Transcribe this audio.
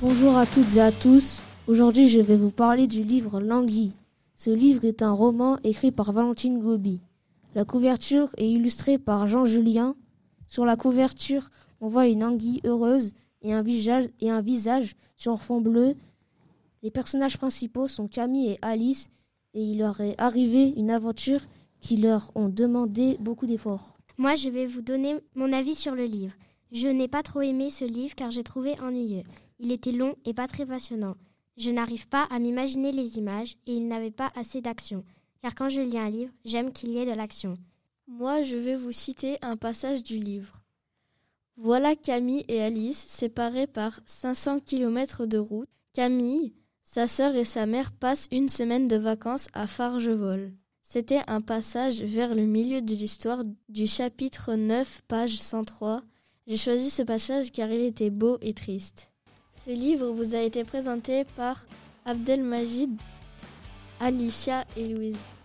Bonjour à toutes et à tous. Aujourd'hui, je vais vous parler du livre L'Anguille. Ce livre est un roman écrit par Valentine Gobi. La couverture est illustrée par Jean Julien. Sur la couverture, on voit une anguille heureuse et un visage sur fond bleu. Les personnages principaux sont Camille et Alice et il leur est arrivé une aventure qui leur ont demandé beaucoup d'efforts. Moi, je vais vous donner mon avis sur le livre. Je n'ai pas trop aimé ce livre car j'ai trouvé ennuyeux. Il était long et pas très passionnant. Je n'arrive pas à m'imaginer les images et il n'avait pas assez d'action. Car quand je lis un livre, j'aime qu'il y ait de l'action. Moi, je vais vous citer un passage du livre. Voilà Camille et Alice séparés par 500 km de route. Camille, sa sœur et sa mère passent une semaine de vacances à Fargevol. C'était un passage vers le milieu de l'histoire du chapitre 9, page 103. J'ai choisi ce passage car il était beau et triste. Ce livre vous a été présenté par Abdelmajid, Alicia et Louise.